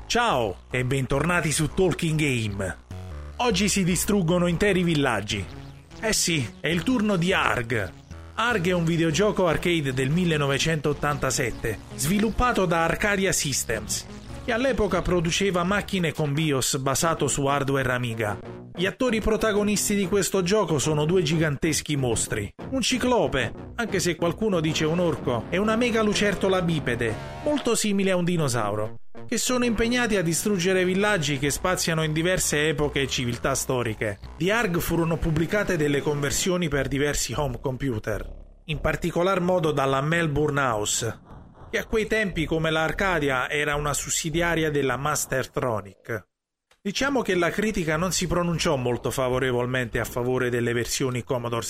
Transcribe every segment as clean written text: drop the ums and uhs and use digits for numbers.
Ciao e bentornati su Talking Game. Oggi si distruggono interi villaggi. Eh sì, è il turno di Arg. Arg è un videogioco arcade del 1987, sviluppato da Arcadia Systems, che all'epoca produceva macchine con BIOS basato su hardware Amiga. Gli attori protagonisti di questo gioco sono due giganteschi mostri, un ciclope, anche se qualcuno dice un orco, e una mega lucertola bipede, molto simile a un dinosauro, che sono impegnati a distruggere villaggi che spaziano in diverse epoche e civiltà storiche. Di Arg furono pubblicate delle conversioni per diversi home computer, in particolar modo dalla Melbourne House, che a quei tempi, come l'Arcadia, era una sussidiaria della Mastertronic. Diciamo che la critica non si pronunciò molto favorevolmente a favore delle versioni Commodore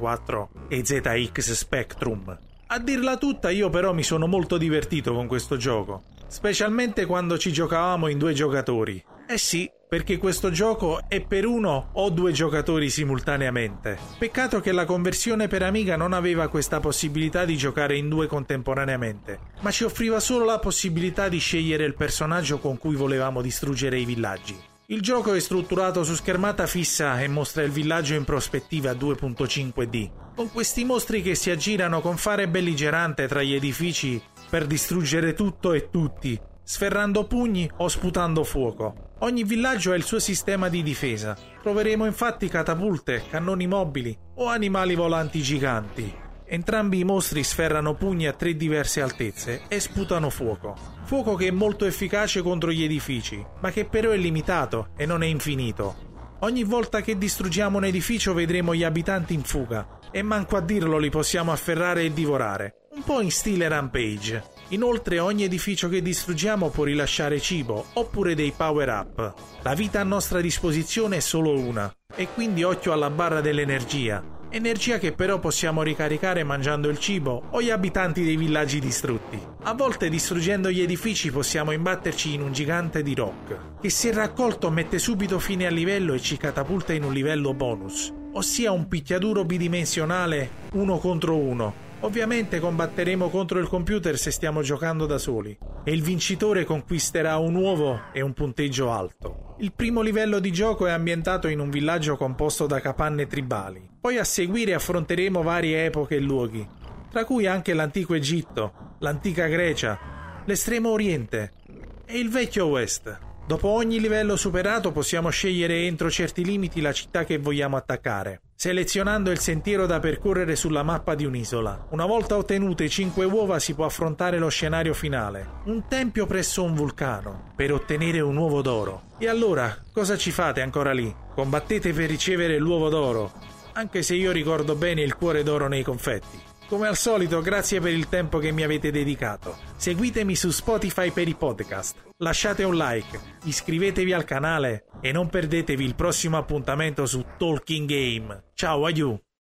64 e ZX Spectrum. A dirla tutta, io però mi sono molto divertito con questo gioco, specialmente quando ci giocavamo in 2 giocatori. Eh sì, perché questo gioco è per 1 o 2 giocatori simultaneamente. Peccato che la conversione per Amiga non aveva questa possibilità di giocare in 2 contemporaneamente, ma ci offriva solo la possibilità di scegliere il personaggio con cui volevamo distruggere i villaggi. Il gioco è strutturato su schermata fissa e mostra il villaggio in prospettiva 2.5D, con questi mostri che si aggirano con fare belligerante tra gli edifici per distruggere tutto e tutti, sferrando pugni o sputando fuoco. Ogni villaggio ha il suo sistema di difesa. Troveremo infatti catapulte, cannoni mobili o animali volanti giganti. Entrambi i mostri sferrano pugni a 3 diverse altezze e sputano fuoco. Fuoco che è molto efficace contro gli edifici, ma che però è limitato e non è infinito. Ogni volta che distruggiamo un edificio vedremo gli abitanti in fuga, e manco a dirlo li possiamo afferrare e divorare, un po' in stile Rampage. Inoltre ogni edificio che distruggiamo può rilasciare cibo oppure dei power up. La vita a nostra disposizione è solo una, e quindi occhio alla barra dell'energia. Energia che però possiamo ricaricare mangiando il cibo o gli abitanti dei villaggi distrutti. A volte distruggendo gli edifici possiamo imbatterci in un gigante di rock, che se raccolto mette subito fine al livello e ci catapulta in un livello bonus, ossia un picchiaduro bidimensionale 1 contro 1. Ovviamente combatteremo contro il computer se stiamo giocando da soli, e il vincitore conquisterà un uovo e un punteggio alto. Il primo livello di gioco è ambientato in un villaggio composto da capanne tribali. Poi a seguire affronteremo varie epoche e luoghi, tra cui anche l'antico Egitto, l'antica Grecia, l'estremo oriente e il vecchio West. Dopo ogni livello superato possiamo scegliere entro certi limiti la città che vogliamo attaccare, selezionando il sentiero da percorrere sulla mappa di un'isola. Una volta ottenute 5 uova si può affrontare lo scenario finale, un tempio presso un vulcano, per ottenere un uovo d'oro. E allora, cosa ci fate ancora lì? Combattete per ricevere l'uovo d'oro, anche se io ricordo bene il cuore d'oro nei confetti. Come al solito, grazie per il tempo che mi avete dedicato. Seguitemi su Spotify per i podcast, lasciate un like, iscrivetevi al canale e non perdetevi il prossimo appuntamento su Talking Game. Ciao, aiù!